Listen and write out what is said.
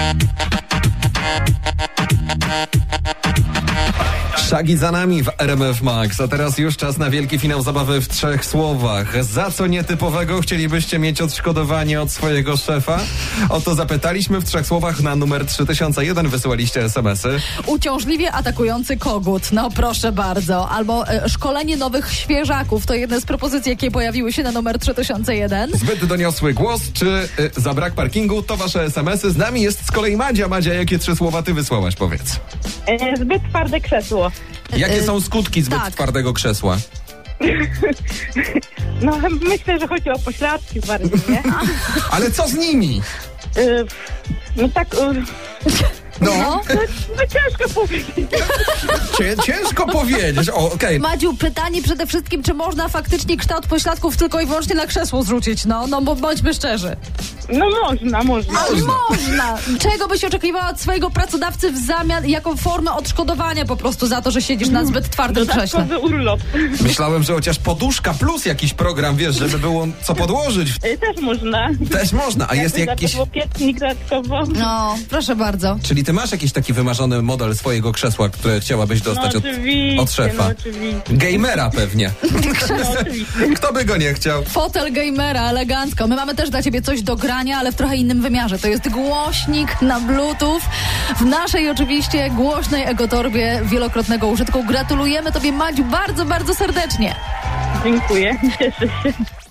Shaggy za nami w RMF Max, a teraz już czas na wielki finał zabawy w 3 słowach. Za co nietypowego chcielibyście mieć odszkodowanie od swojego szefa? O to zapytaliśmy w 3 słowach na numer 3001, wysyłaliście SMS-y. Uciążliwie atakujący kogut, no proszę bardzo. Albo szkolenie nowych świeżaków, to jedne z propozycji, jakie pojawiły się na numer 3001. Zbyt doniosły głos, czy za brak parkingu, to wasze SMS-y. Z nami jest z kolei Madzia. Madzia, jakie 3 słowa ty wysłałaś, powiedz? Zbyt twarde krzesło. Jakie są skutki zbyt twardego krzesła? No, myślę, że chodzi o pośladki bardziej, nie? Ale co z nimi? No tak... No, ciężko powiedzieć. ciężko powiedzieć. Okej. Madziu, pytanie przede wszystkim, czy można faktycznie kształt pośladków tylko i wyłącznie na krzesło zrzucić? No bo bądźmy szczerzy. No można. Można. Czego byś oczekiwała od swojego pracodawcy w zamian, jaką formę odszkodowania po prostu za to, że siedzisz na zbyt twardym krześle? Dodatkowy urlop. Myślałem, że chociaż poduszka plus jakiś program, wiesz, żeby było co podłożyć. Też można. Też można, a jest jakiś... Piecznik dodatkowo. No, proszę bardzo. Czyli ty masz jakiś taki wymarzony model swojego krzesła, które chciałabyś dostać od szefa? No oczywiście. Gamera pewnie. No, oczywiście. Kto by go nie chciał? Fotel gamera, elegancko. My mamy też dla ciebie coś do grania, ale w trochę innym wymiarze. To jest głośnik na bluetooth w naszej oczywiście głośnej Egotorbie wielokrotnego użytku. Gratulujemy tobie, Madziu, bardzo, bardzo serdecznie. Dziękuję. Cieszę się.